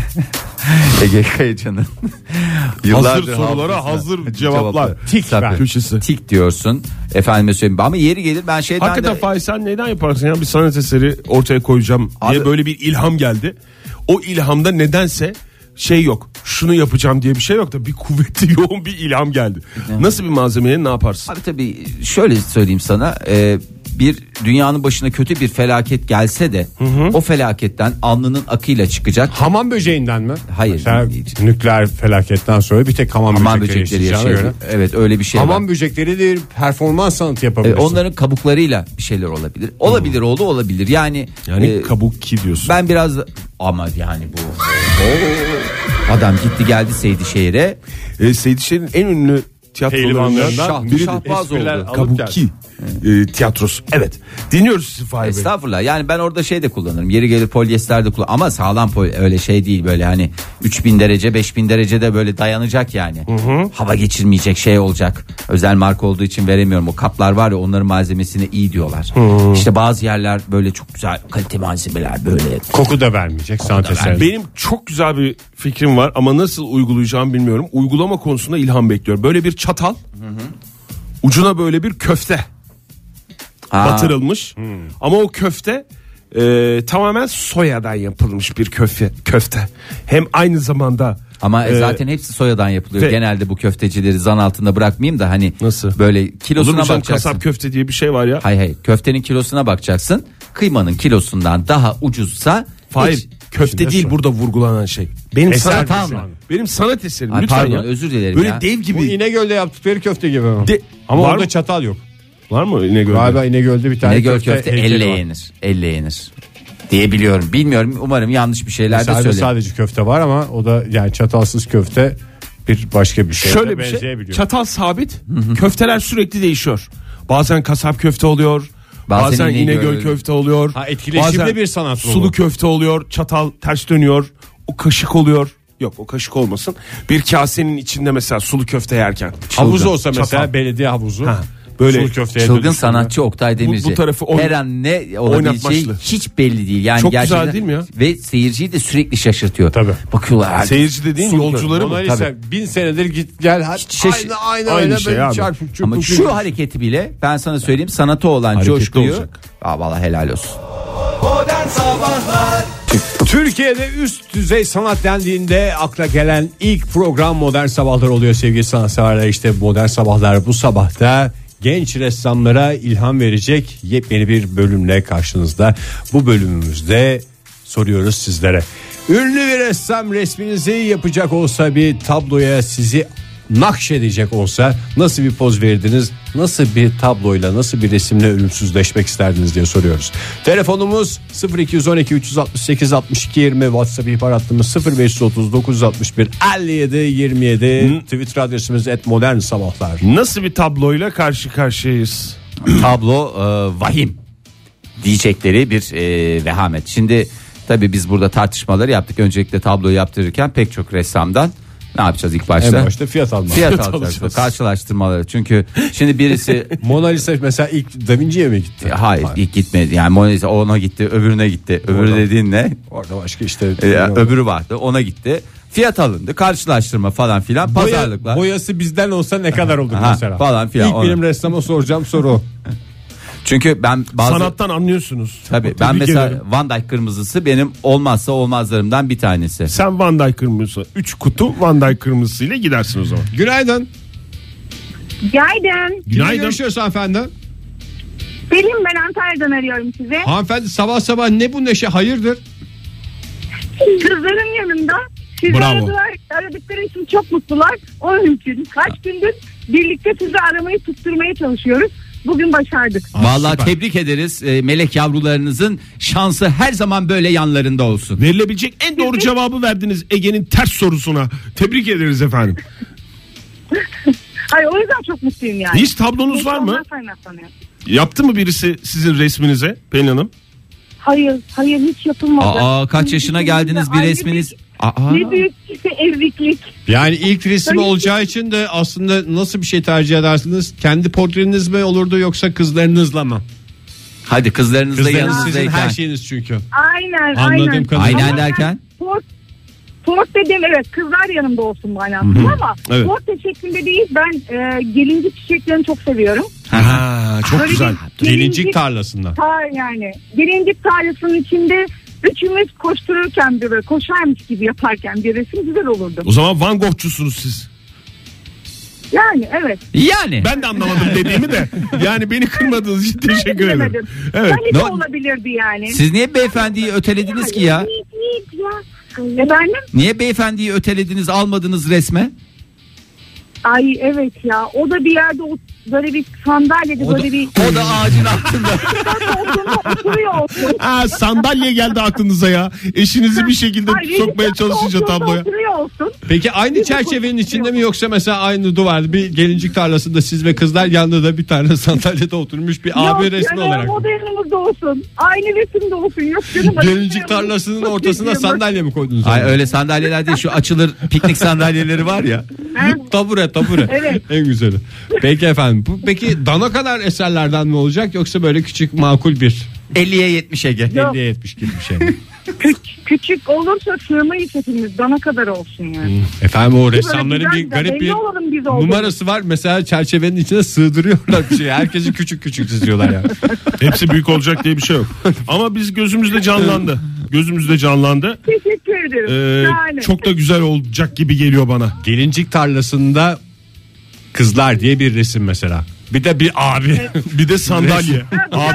Ege Kayacan'ın Hazır sorulara hazır cevaplar. Tik Sapel. ver. Köşesi. Tik diyorsun. Efendime söyleyeyim, ama yeri gelir ben şeyden Hakikaten de... Faiz, sen neden yaparsın ya, bir sanat eseri ortaya koyacağım diye Abi- böyle bir ilham geldi. O ilhamda nedense şey yok. Şunu yapacağım diye bir şey yok da bir kuvvetli yoğun bir ilham geldi. Nasıl bir malzemeye ne yaparsın? Abi tabii şöyle söyleyeyim sana. Bir dünyanın başına kötü bir felaket gelse de o felaketten alnının akıyla çıkacak. Hamam böceğinden mi? Hayır. Mesela nükleer felaketten sonra bir tek hamam böcekleri yaşayacağına göre. Evet, öyle bir şey Hamam var. böcekleri de performans sanatı yapabilirsin. Onların kabuklarıyla bir şeyler olabilir. Olabilir oğlu olabilir. Yani kabuki diyorsun. ben biraz ama yani bu adam gitti geldi Seydişehir'e. Seydişehir'in en ünlü tiyatrolarından biri Şahbaz oldu. Kabuki tiyatrosu. Evet. Dinliyoruz sizi Fahir Bey. Estağfurullah. Yani ben orada şey de kullanırım. Yeri gelir polyester de kullanırım. Ama sağlam öyle şey değil böyle hani 3000 derece 5000 derecede böyle dayanacak yani. Hava geçirmeyecek şey olacak. Özel marka olduğu için veremiyorum. O kaplar var ya, onların malzemesine iyi diyorlar. İşte bazı yerler böyle çok güzel kalite malzemeler böyle. Koku da vermeyecek sanat eseri. Benim çok güzel bir fikrim var ama nasıl uygulayacağımı bilmiyorum. Uygulama konusunda ilham bekliyorum. Böyle bir çatal, ucuna böyle bir köfte batırılmış. Ama o köfte tamamen soyadan yapılmış bir köfte. Hem aynı zamanda Ama zaten hepsi soyadan yapılıyor. Genelde bu köftecileri zan altında bırakmayayım da hani nasıl? Böyle kilosuna bakacaksın. Kasap köfte diye bir şey var ya. Hayır. Köftenin kilosuna bakacaksın. Kıymanın kilosundan daha ucuzsa Hayır. Köfte değil burada vurgulanan şey. Benim sanat mı? Benim sanat eserim. Ay, lütfen pardon, ya. özür dilerim Böyle ya. dev gibi. Bu İnegöl'de yaptıkları köfte gibi mi? Ama Var orada mı? çatal yok. Var mı İnegöl'de? Galiba İnegöl'de bir tane İnegöl köfte heykeli elle var. yenir. Elle yenir. Diye biliyorum. Bilmiyorum. Umarım yanlış bir şeyler de söyleyeyim. Sadece köfte var ama o da yani çatalsız köfte bir başka bir şeye Şöyle bir şey. benzeyebiliyor. Çatal sabit. Köfteler sürekli değişiyor. Bazen kasap köfte oluyor. Bazen İnegöl köfte oluyor. Etkileşimli Bazen bir sanat bu. sulu köfte oluyor. Çatal ters dönüyor. O kaşık oluyor. Yok, o kaşık olmasın. Bir kasenin içinde mesela sulu köfte yerken. Havuz olsa mesela çatal. belediye havuzu. Böyle sulu köfteye Çılgın dönüştürme. sanatçı Oktay Demirci. Bu tarafı her an ne olabileceği oynatmaçlı. hiç belli değil. Yani Çok gerçekten, güzel değil mi ya? Ve seyirciyi de sürekli şaşırtıyor. Tabii. Bakıyorlar. Seyirci dediğin Sulu yolcuları mı? Mona Lisa Tabii. 1000 senedir git gel aynı Aynı öyle şey böyle abi. çarpıp Ama çırpıp şu hareketi bile ben sana söyleyeyim, sanata olan Hareketli coşkuyu. olacak. Vallahi helal olsun. Modern Sabahlar Türkiye'de üst düzey sanat dendiğinde akla gelen ilk program Modern Sabahlar oluyor sevgili sanatseverler. İşte Modern Sabahlar bu sabahta genç ressamlara ilham verecek yepyeni bir bölümle karşınızda. Bu bölümümüzde soruyoruz sizlere. Ünlü bir ressam resminizi yapacak olsa, bir tabloya sizi nakşedecek olsa nasıl bir poz verirdiniz? Nasıl bir tabloyla, nasıl bir resimle ölümsüzleşmek isterdiniz diye soruyoruz. Telefonumuz 0212 368 62 20, WhatsApp ihbar hattımız 0530 961 57 27, Twitter adresimiz @modernsabahlar. Nasıl bir tabloyla karşı karşıyayız? Tablo vahim diyecekleri bir vehamet. Şimdi tabii biz burada tartışmaları yaptık. Öncelikle tabloyu yaptırırken pek çok ressamdan ne yapacağız ilk başta? En başta fiyat almak. Fiyat alacağız. Karşılaştırmaları. Çünkü şimdi birisi Mona Lisa mesela ilk Da Vinci'ye mi gitti? hayır ilk gitmedi. Yani Mona Lisa ona gitti, öbürüne gitti. Öbürü Oradan. dediğin ne? Orada başka işte Öbürü vardı. Ona gitti. Fiyat alındı. Karşılaştırma falan filan. Pazarlıklar. Boyası bizden olsa ne kadar olur Aha, mesela? falan filan. İlk benim ressama soracağım soru o. Çünkü ben bazı Sanattan anlıyorsunuz. tabii ben Tebrik mesela ederim. Van Dyke kırmızısı benim olmazsa olmazlarımdan bir tanesi. Sen Van Dyke kırmızısı. 3 kutu Van Dyke kırmızısıyla gidersin o zaman. Günaydın. Günaydın. Kimle görüşüyoruz hanımefendi? Selim, ben Antalya'dan arıyorum size. Hanımefendi sabah sabah ne bu neşe, hayırdır? Kızların yanında. Sizi Bravo. aradıkları için çok mutlular. Onun için kaç gündür birlikte sizi aramayı tutturmaya çalışıyoruz. Bugün başardık. Vallahi süper. tebrik ederiz. Melek yavrularınızın şansı her zaman böyle yanlarında olsun. Verilebilecek en doğru cevabı verdiniz Ege'nin ters sorusuna. Tebrik ederiz efendim. Hayır, o yüzden çok mutluyum yani. Hiç tablonuz var mı? Ondan kaynaklanıyor. Yaptı mı birisi sizin resminize Pelin Hanım? Hayır hiç yapılmadı. Kaç yaşına geldiniz bir Ayrı resminiz? Ne büyük bir evlilik. Yani ilk resim Tabii. olacağı için de aslında nasıl bir şey tercih edersiniz? Kendi portreniz mi olurdu yoksa kızlarınızla mı? Hadi kızlarınızla Kızlarınız sizin yanınızdayken. her şeyiniz çünkü. Aynen. Anladığım kadarıyla. Aynen Ama derken? Port dediğim evet, kızlar yanımda olsun manasında ama Evet. portre şeklinde değil. Ben gelincik çiçeklerini çok seviyorum. Ha, çok Böyle güzel. bir Gelincik tarlasından. Yani gelincik tarlasının içinde Üçümüz koştururken bir böyle koşarmış gibi yaparken bir resim güzel olurdu. O zaman Van Gogh'cusunuz siz. Yani evet. Yani. Ben de anlamadım dediğimi de. Yani beni kırmadığınız için teşekkür ederim. Bilemedim. Evet. Hani de olabilirdi yani. Siz niye beyefendiyi ötelediniz ki ya? Efendim? Niye beyefendiyi ötelediniz, almadınız resme? Ay evet ya. O da bir yerde böyle bir sandalyede böyle bir... O da ağacın altında. oturuyor olsun. Sandalye geldi aklınıza ya. Eşinizi bir şekilde Ay, sokmaya çalışınca tabloya. Oturuyor olsun. Peki aynı çerçevenin içinde mi yoksa mesela aynı duvarda bir gelincik tarlasında siz ve kızlar, yanında da bir tane sandalyede oturmuş bir abi resmi olarak? Yok, o da yanımızda olsun. Aynı resimde olsun. Yok canım. Gelincik tarlasının ortasına sandalye mi koydunuz? Ay öyle sandalyeler değil, şu açılır piknik sandalyeleri var ya. Tabure. Evet. En güzeli. Peki efendim. Peki dana kadar eserlerden mi olacak yoksa böyle küçük makul bir 50'ye 70 Ege. 50'ye 70 gibi bir şey mi? Küçük olursa sığmayız hepimiz. Dana kadar olsun yani. Efendim o ressamların güzel bir garip belli bir olalım biz olduğumuz. numarası var. Mesela çerçevenin içine sığdırıyorlar bir şey. Herkesi küçük küçük çiziyorlar yani. Hepsi büyük olacak diye bir şey yok. Ama biz gözümüzde canlandı. Gözümüzde canlandı. Teşekkür ederim. Yani. Çok da güzel olacak gibi geliyor bana. Gelincik tarlasında kızlar diye bir resim mesela. Bir de bir abi. Bir de sandalye.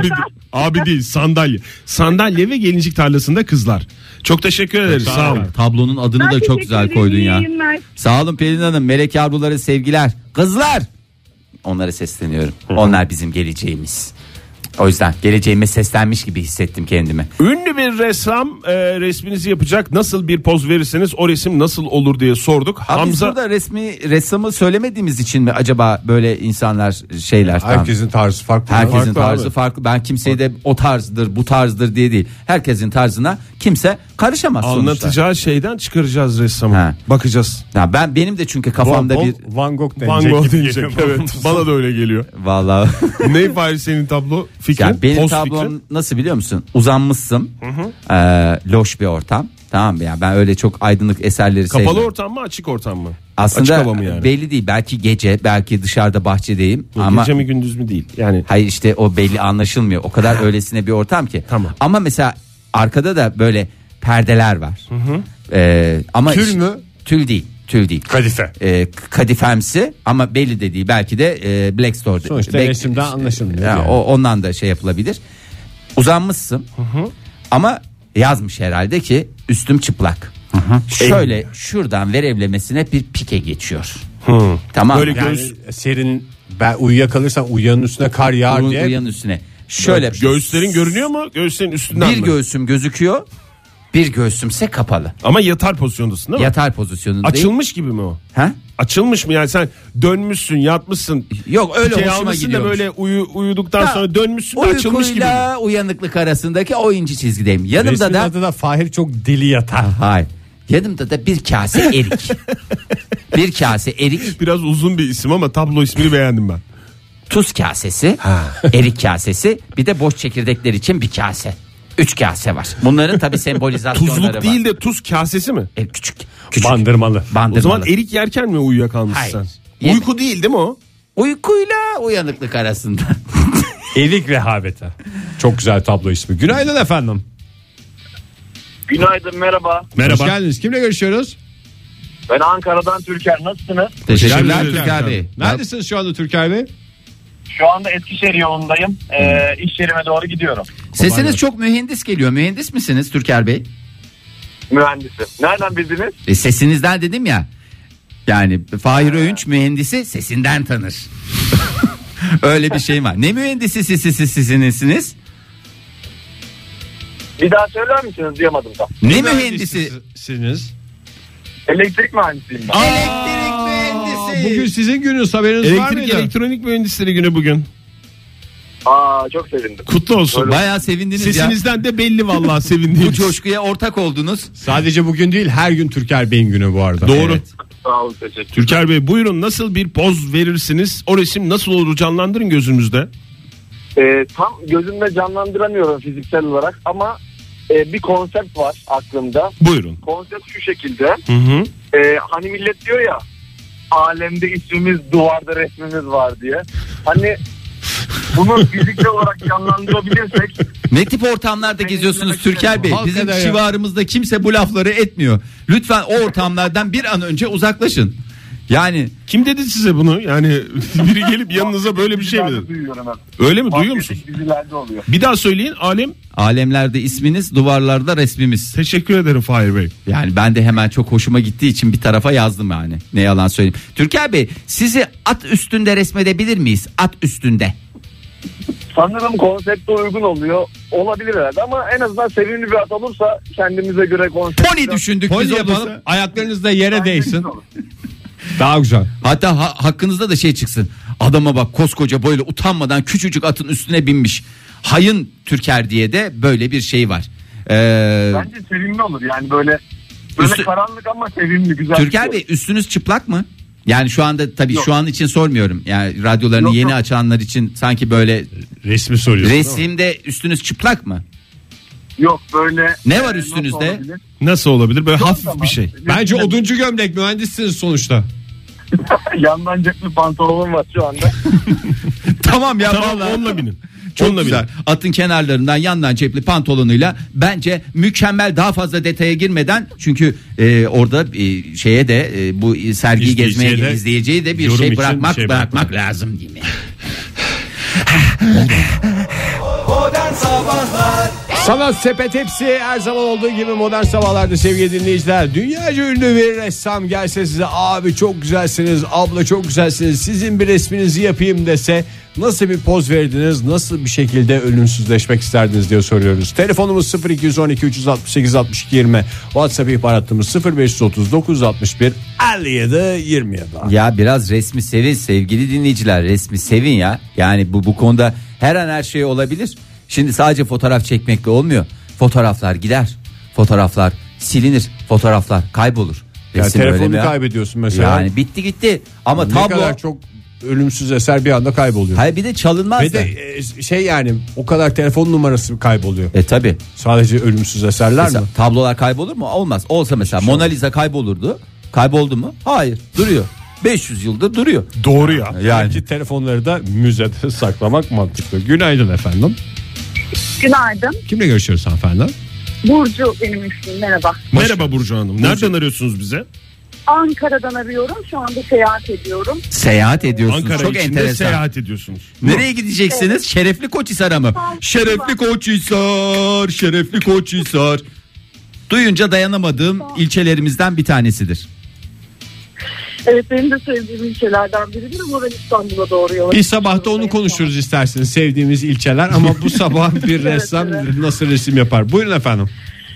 abi değil, sandalye. Sandalye ve gelincik tarlasında kızlar. Çok teşekkür ederiz. Sağ olun. Tablonun adını Ben da çok teşekkür güzel ederim, koydun iyi ya. yayınlar. Sağ olun Pelin Hanım. Melek yavruları sevgiler. Kızlar. Onlara sesleniyorum. Onlar bizim geleceğimiz. O yüzden geleceğime seslenmiş gibi hissettim kendimi. Ünlü bir ressam resminizi yapacak. Nasıl bir poz verirseniz o resim nasıl olur diye sorduk. Abi biz burada ressamı söylemediğimiz için mi acaba böyle insanlar şeyler? Herkesin tarzı farklı. Herkesin Farklı tarzı abi. farklı. Ben kimseyi de o tarzdır, bu tarzdır diye değil. Herkesin tarzına kimse karışamaz sonuçta. Anlatacağı şeyden çıkaracağız ressamı. Ha. Bakacağız. Ya benim de çünkü kafamda bir Van Gogh denecek. Van Gogh gibi diyecek. geliyor. Evet. Bana da öyle geliyor. vallahi Ne Fahir senin tablo fikrin? ya benim Poz tablom fikrin? nasıl biliyor musun? Uzanmışsın. Loş bir ortam. Tamam mı ya? Ben öyle çok aydınlık eserleri Kapalı sevmem. ortam mı açık ortam mı? Aslında açık hava mı yani? belli değil. Belki gece, belki dışarıda bahçedeyim. Ama Gece mi gündüz mü değil. Yani hayır işte o belli anlaşılmıyor. O kadar öylesine bir ortam ki. Tamam. Ama mesela arkada da böyle perdeler var. Ama Tül mü? Tül değil. Kadife. Kadifemsi ama belli de değil. Belki de Black Store'da. Sonuçta resimden anlaşılmıyor Ya, yani. ondan da şey yapılabilir. Uzanmışsın. Ama yazmış herhalde ki üstüm çıplak. Şöyle şuradan verevlemesine bir pike geçiyor. Tamam. Böyle Yani göğüs, serin, ben uyuyakalırsan uyanın üstüne kar yağar diye. Uyanın üstüne. Şöyle göğüslerin görünüyor mu? Göğüslerin üstünden bir mi? göğsüm gözüküyor. Bir göğsümse kapalı. Ama yatar pozisyondasın değil mi? Yatar pozisyonundayım. Açılmış gibi mi o? Ha? Açılmış mı yani sen dönmüşsün yatmışsın. Yok öyle Dikey hoşuma almışsın da gidiyor. böyle uyuduktan sonra dönmüşsün de açılmış gibi mi? Uykuyla uyanıklık arasındaki o ince çizgideyim. Yanımda Resmin da adı da Fahir çok deli yatar. hayır. Yanımda da bir kase erik. Bir kase erik, Biraz uzun bir isim ama tablo ismini beğendim ben. tuz kasesi, erik kasesi, bir de boş çekirdekler için bir kase. 3 kase var. Bunların tabii sembolizasyonları Tuzluk var. değil de tuz kasesi mi? Küçük. Bandırmalı. O zaman erik yerken mi uyuyakalmışsın Hayır. sen? Uyku değil mi o? Uykuyla uyanıklık arasında. Erik rehaveti. Çok güzel tablo ismi. Günaydın efendim. Günaydın, merhaba. Hoş geldiniz. Kimle görüşüyoruz? Ben Ankara'dan Türker. Nasılsınız? Teşekkürler Geldiniz Türker Bey. Neredesiniz şu anda Türker Bey? Şu anda Eskişehir yolundayım. İş yerime doğru gidiyorum. Sesiniz çok mühendis geliyor. Mühendis misiniz Türker Bey? Mühendisim. Nereden bildiniz? Sesinizden dedim ya. Yani Fahir Öğünç mühendisi sesinden tanır. Öyle bir şey var. Ne mühendisi sizsiniz? Bir daha söyler misiniz? Duyamadım tam. Ne mühendisi? Sizsiniz. Elektrik mühendisiyim ben. Elektrik mühendisi. Bugün sizin gününüz, haberiniz var Elektrik mıydı? elektronik mühendisleri günü bugün. Çok sevindim. Kutlu olsun. Bayağı sevindiniz ya. Sesinizden de belli vallahi Bu sevindiğiniz. coşkuya ortak oldunuz. Sadece bugün değil, her gün Türker Bey'in günü bu arada. Doğru. Evet. Sağ olun, teşekkür. Türker Bey buyurun, nasıl bir poz verirsiniz? O resim nasıl olur, canlandırın gözümüzde. Tam gözümde canlandıramıyorum fiziksel olarak ama bir konsept var aklımda. Buyurun. Konsept şu şekilde. Hı. Hani millet diyor ya, alemde ismimiz, duvarda resmimiz var diye. Hani Bunu fiziksel olarak canlandırabilirsek. Ne tip ortamlarda geziyorsunuz Türker Bey? Bizim Hakikaten ya. civarımızda kimse bu lafları etmiyor. Lütfen o ortamlardan bir an önce uzaklaşın. Yani Kim dedi size bunu? Yani biri gelip yanınıza böyle bir şey mi dedi? Duyuyorum Öyle mi? Duyuyor musun? Dizilerde oluyor. Bir daha söyleyin Alem. alemlerde isminiz, duvarlarda resmimiz. Teşekkür ederim Fahir Bey. Yani ben de hemen çok hoşuma gittiği için bir tarafa yazdım yani. Ne yalan söyleyeyim. Türker Bey, sizi at üstünde resmedebilir miyiz? At üstünde. Sanırım konsepte uygun oluyor. Olabilir herhalde ama en azından sevimli bir at olursa kendimize göre konsept. Pony düşündük Pony biz yapalım. olursa. Ayaklarınız da yere değsin. Daha güzel. Hatta hakkınızda da şey çıksın. Adama bak, koskoca böyle utanmadan küçücük atın üstüne binmiş. Hayın Türker diye de böyle bir şey var. Bence sevimli olur yani böyle karanlık ama sevimli, güzel. Türker Bey, üstünüz çıplak mı? Yani şu anda tabii Yok. şu an için sormuyorum. Yani radyolarını Yok, yeni yok. açanlar için sanki böyle Resmi soruyorsun. resimde üstünüz çıplak mı? Yok böyle. Ne var nasıl üstünüzde? olabilir? Nasıl olabilir? Böyle Yok hafif ama. bir şey. Bence oduncu gömlek, mühendissiniz sonuçta. Yandan cepli pantolonum var şu anda. Tamam ya, Tamam, vallahi. onunla binin. Çok Onunla güzel. binin. Atın kenarlarından yandan cepli pantolonuyla bence mükemmel, daha fazla detaya girmeden, çünkü orada şeye de bu sergiyi İzleyiciye gezmeye de, izleyeceği de bir yorum şey için bırakmak bir şey bırakmak lazım değil mi? Modern Sabahlar Sanat sepet hepsi her zaman olduğu gibi modern sabahlarda sevgili dinleyiciler. Dünyaca ünlü bir ressam gelse size, abi çok güzelsiniz, abla çok güzelsiniz, sizin bir resminizi yapayım dese, nasıl bir poz verdiniz, nasıl bir şekilde ölümsüzleşmek isterdiniz diye soruyoruz. Telefonumuz 0212 368 62 20, WhatsApp ihbaratımız 0539 61 57 27. Ya biraz resmi sevin sevgili dinleyiciler, resmi sevin ya. Yani bu konuda her an her şey olabilir. Şimdi sadece fotoğraf çekmekle olmuyor. Fotoğraflar gider, fotoğraflar silinir, fotoğraflar kaybolur. Yani Resim öyle telefonunu mi ya? kaybediyorsun mesela. Yani bitti gitti. Ama ne tablo, kadar çok ölümsüz eser bir anda kayboluyor. hayır bir de çalınmaz Ve da. de yani o kadar telefon numarası kayboluyor. Tabi. Sadece ölümsüz eserler Mesela mi? tablolar kaybolur mu? Olmaz. Olsa mesela Mona Lisa kaybolurdu. Kayboldu mu? Hayır. Duruyor. 500 yıldır duruyor. Doğru ya. Yani Belki telefonları da müzede saklamak mantıklı. Günaydın efendim. Günaydın. Kimle görüşüyoruz hanımefendi? Burcu benim ismim. Merhaba. Merhaba Burcu Hanım. Nereden arıyorsunuz bize? Ankara'dan arıyorum. Şu anda seyahat ediyorum. seyahat ediyorsunuz. Ankara Çok içinde enteresan. seyahat ediyorsunuz. Nereye gideceksiniz? Şerefli Koçhisar'a mı? Şerefli Koçhisar, Şerefli Koçhisar. Duyunca dayanamadığım ilçelerimizden bir tanesidir. Evet, benim de sevdiğim ilçelerden biridir ama ben İstanbul'a doğru yola Bir sabah da onu konuşuruz isterseniz, sevdiğimiz ilçeler, ama bu sabah bir ressam evet. nasıl resim yapar? Buyurun efendim.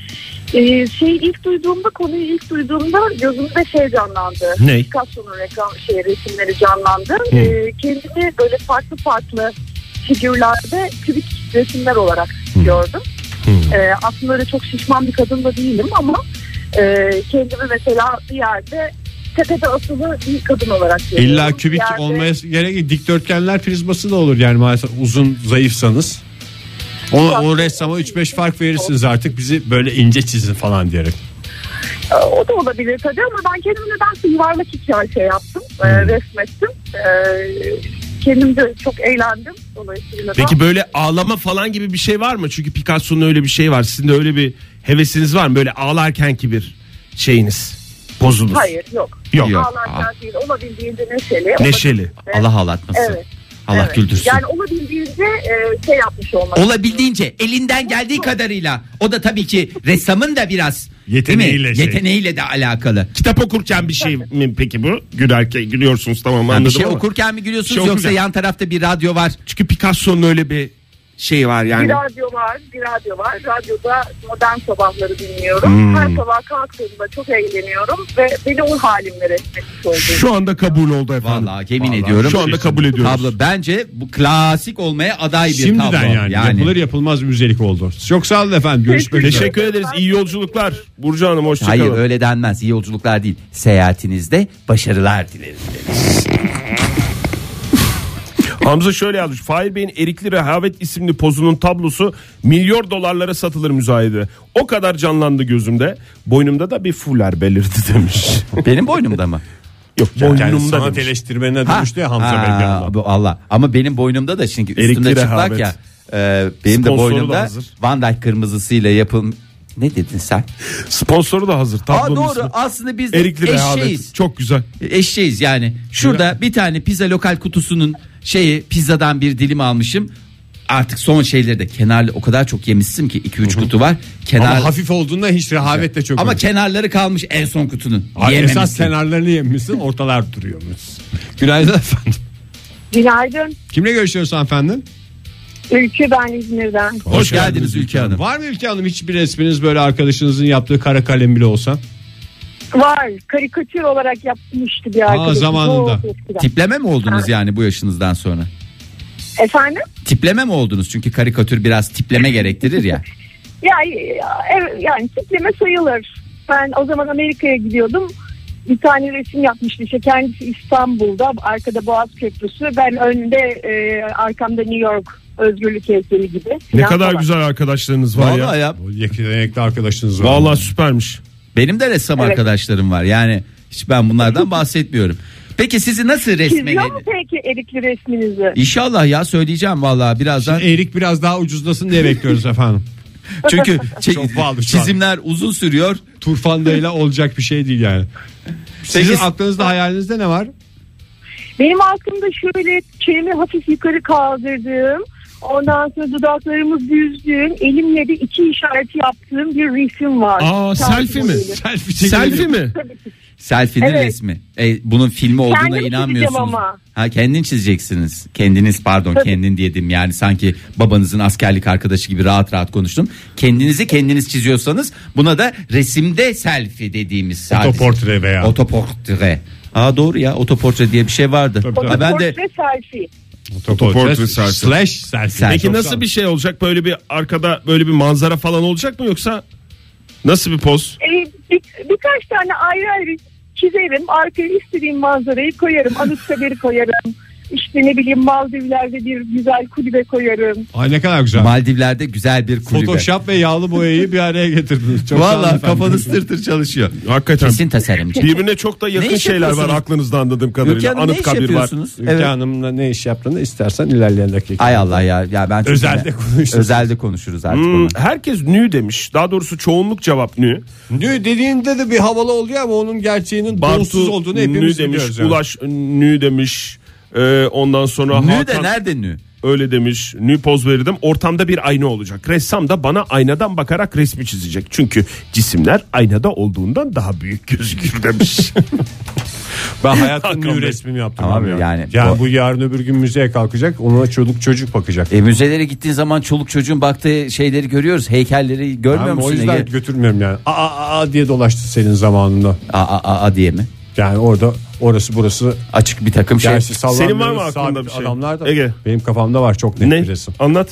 Konuyu ilk duyduğumda gözümde şey canlandı. Ne? Picasso'nun resimleri canlandı. Kendimi böyle farklı farklı figürlerde kübik resimler olarak gördüm. Aslında öyle çok şişman bir kadın da değilim ama kendimi mesela bir yerde tepede asılı bir kadın olarak görüyorum. İlla kübik Bir yerde- olmaya gerek yok. Dikdörtgenler prizması da olur yani, maalesef uzun zayıfsanız. O ressama 3-5 fark verirsiniz artık, bizi böyle ince çizin falan diyerek. O da olabilir tabii ama ben kendimi nedense yuvarlak hikaye yaptım. Resmettim. Kendimce çok eğlendim. Dolayısıyla da... Peki böyle ağlama falan gibi bir şey var mı? Çünkü Picasso'nun öyle bir şey var. Sizin de öyle bir hevesiniz var mı? Böyle ağlarkenki bir şeyiniz, pozunuz. Hayır, yok. Yok. Ağlarken değil, olabildiğince neşeli. Neşeli. Allah ağlatmasın. Evet. Allah Evet. güldürsün. Yani olabildiğince şey yapmış olmak. Olabildiğince elinden geldiği kadarıyla, o da tabii ki ressamın da biraz Yeteneğiyle değil mi? şey. Yeteneğiyle de alakalı. Kitap okurken bir şey mi peki bu? Gülüyorsunuz, tamam, Yani anladım bir şey ama. okurken mi gülüyorsunuz, Bir şey yoksa okurken. yan tarafta bir radyo var? Çünkü Picasso'nun öyle bir şey var yani. Bir radyo var. Radyoda modern sabahları dinliyorum. Her sabah kalktığımda çok eğleniyorum ve beni o halimle resmetmiş oldum. Şu anda kabul oldu efendim. Vallahi yemin ediyorum. Şu anda kabul ediyoruz. Tablo bence bu klasik olmaya aday bir Şimdiden tablo. yani, yapılır yapılmaz müzelik oldu. Çok sağ olun efendim, görüşmek üzere. Teşekkür ederiz. İyi yolculuklar. Burcu Hanım, hoşçakalın. Hayır, öyle denmez. İyi yolculuklar değil. Seyahatinizde başarılar dilerim. Hamza şöyle yazmış. Fahir Bey'in Erikli Rehavet isimli pozunun tablosu milyon dolarlara satılır müzayede. O kadar canlandı gözümde. Boynumda da bir fular belirdi demiş. Benim boynumda mı? Yok Yani boynumda sanat demiş. eleştirmenine dönüştü ya Hamza Bey bir anda. bu Allah. Ama benim boynumda da çünkü Erikli üstümde çıplak rehavet. ya. Benim de Sponsoru da boynumda hazır. Van Dijk kırmızısıyla yapım. Ne dedin sen? Sponsoru da hazır. Aa, Tablonun doğru. ismi. Aslında biz de Erikli rehavet. eşeğiz. Çok güzel. Eşeğiz yani. Şurada bir tane pizza lokal kutusunun pizzadan bir dilim almışım. Artık son şeyleri de kenarlı o kadar çok yemişsin ki 2-3 kutu var. Ama hafif olduğunda hiç rehavet de çok Ama önemli. kenarları kalmış en son kutunun. Hayır, esas Yememişsin. kenarlarını yemişsin, ortalar duruyormuş. Günaydın efendim. Günaydın. Kimle görüşüyoruz efendim? Ülke ben İzmir'den. Hoş geldiniz Ülke Hanım. Var mı Ülke Hanım hiçbir resminiz böyle arkadaşınızın yaptığı kara kalem bile olsa? Var. Karikatür olarak yapmıştı bir arkadaşım. zamanında. Çok eskiden. Tipleme mi oldunuz yani bu yaşınızdan sonra? Efendim? Tipleme mi oldunuz? Çünkü karikatür biraz tipleme gerektirir ya. Yani tipleme sayılır. Ben o zaman Amerika'ya gidiyordum. Bir tane resim yapmıştı. İşte kendisi İstanbul'da, arkada Boğaz Köprüsü. Ben önde, arkamda New York Özgürlük heykeli gibi. Ne Falan kadar falan. güzel arkadaşlarınız var Vallahi ya. O yetenekli arkadaşınız var. Vallahi süpermiş. Benim de ressam Evet. arkadaşlarım var. Yani hiç ben bunlardan bahsetmiyorum. Peki sizi nasıl Çiziyor mu resmedin? peki erikli resminizi? İnşallah ya söyleyeceğim vallahi birazdan. Erik biraz daha ucuzlasın diye bekliyoruz efendim. Çünkü Çok pahalı şu an. çizimler uzun sürüyor. Turfandayla olacak bir şey değil yani. Sizin aklınızda hayalinizde ne var? Benim aklımda şöyle çenemi hafif yukarı kaldırdığım, ondan sonra dudaklarımı büzdüğüm, elimle de 2 işareti yaptığım bir resim var. Aa, selfie mi? Selfie mi? Selfie'nin Evet. resmi. Bunun filmi olduğuna Kendim inanmıyorsunuz. çizeceğim ama. Ha, kendin çizeceksiniz. Kendiniz pardon Tabii. kendin diyedim yani sanki babanızın askerlik arkadaşı gibi rahat rahat konuştum. Kendinizi kendiniz çiziyorsanız buna da resimde selfie dediğimiz sadece. Otoportre veya. Otoportre. Aa doğru ya otoportre diye bir şey vardı. Tabii. Ha, ben de Portre selfie. Otoportre selfie. Slash selfie. Selfie. Peki Çok nasıl sağ bir şey olacak? Böyle bir arkada böyle bir manzara falan olacak mı yoksa nasıl bir poz? Birkaç tane ayrı ayrı çizerim. Arkaya istediğim manzarayı koyarım. Anıtkabir'i koyarım. İşte ne bileyim Maldivler'de bir güzel kulübe koyarım. Ay ne kadar güzel. Maldivler'de güzel bir kulübe. Photoshop ve yağlı boyayı bir araya getirdiniz. Çok sağ olun Vallahi efendim. kafanız tır çalışıyor. Hakikaten. Kesin tasarımcı. Birbirine çok da yakın Ne iş şeyler var yapıyorsunuz? aklınızda anladığım Ülke kadarıyla. Hanım ne iş Anıtkabir var. yapıyorsunuz? Ülke Evet. Hanım'la ne iş yaptığını istersen ilerleyen dakika. Ay Allah ya ben çok Özelde konuşuruz. Özelde konuşuruz artık onu. Herkes nü demiş. Daha doğrusu çoğunluk cevap nü. Nü dediğinde de bir havalı oluyor ama onun gerçeğinin donsuz olduğunu nü hepimiz demiş. biliyoruz. Yani. Ulaş nü demiş. Ondan sonra Nü de Hakan nerede nü? öyle demiş. Nü poz verirdim. Ortamda bir ayna olacak. Ressam da bana aynadan bakarak resmi çizecek. Çünkü cisimler aynada olduğundan daha büyük gözükür demiş. Ben hayatımın Hakan nü Bey. resmini yaptım Abi abi. yani Yani o- bu yarın öbür gün müzeye kalkacak. Ona çocuk bakacak. Müzelere gittiğin zaman çoluk çocuğun baktığı şeyleri görüyoruz. Heykelleri görmüyor Ben musun o yüzden Ege? götürmüyorum yani. Aa diye dolaştı senin zamanında. Aa diye mi? Yani orada orası burası. Açık bir takım şey. Gerçi sallanmıyoruz, Senin var mı aklında sabit bir şey? Adamlar da. Ege. Benim kafamda var çok net Ne? bir resim. Anlat.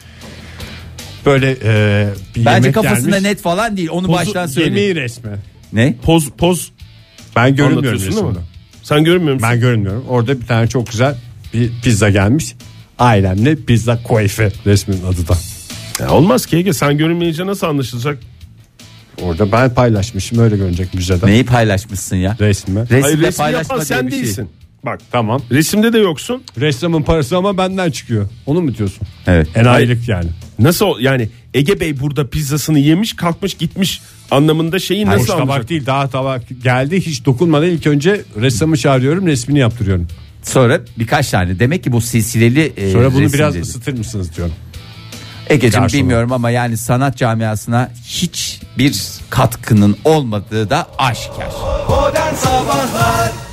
Böyle bir Bence yemek kafasında gelmiş. net falan değil. Onu Pozu- baştan söyleyeyim. Yemeği resmi. Ne? Poz Ben görünmüyorum anlatıyorsun değil mi? resimde. Sen görünmüyor musun? Ben görünmüyorum. Orada bir tane çok güzel bir pizza gelmiş. Ailemle pizza koyfe resminin adı da. Ya olmaz ki Ege, sen görünmeyince nasıl anlaşılacak? Orada ben paylaşmışım, öyle görünecek müzeden. Neyi paylaşmışsın ya? Resmi. Hayır, Resimde resmi yapan paylaşma diye sen bir şey. değilsin. Bak Tamam. resimde de yoksun. Ressamın parası ama benden çıkıyor. Onu mu diyorsun? Evet. Enayilik yani. Nasıl yani Ege Bey burada pizzasını yemiş kalkmış gitmiş anlamında şeyi Boş nasıl tabak anlayacak? değil, daha tabak geldi, hiç dokunmadan ilk önce ressamı çağırıyorum, resmini yaptırıyorum. Sonra birkaç tane. Demek ki bu silsileli Sonra bunu resim biraz dedi. ısıtır mısınız diyorum. Egeciğim Garsona. bilmiyorum ama yani sanat camiasına hiçbir katkının olmadığı da aşikar. Modern Sabahlar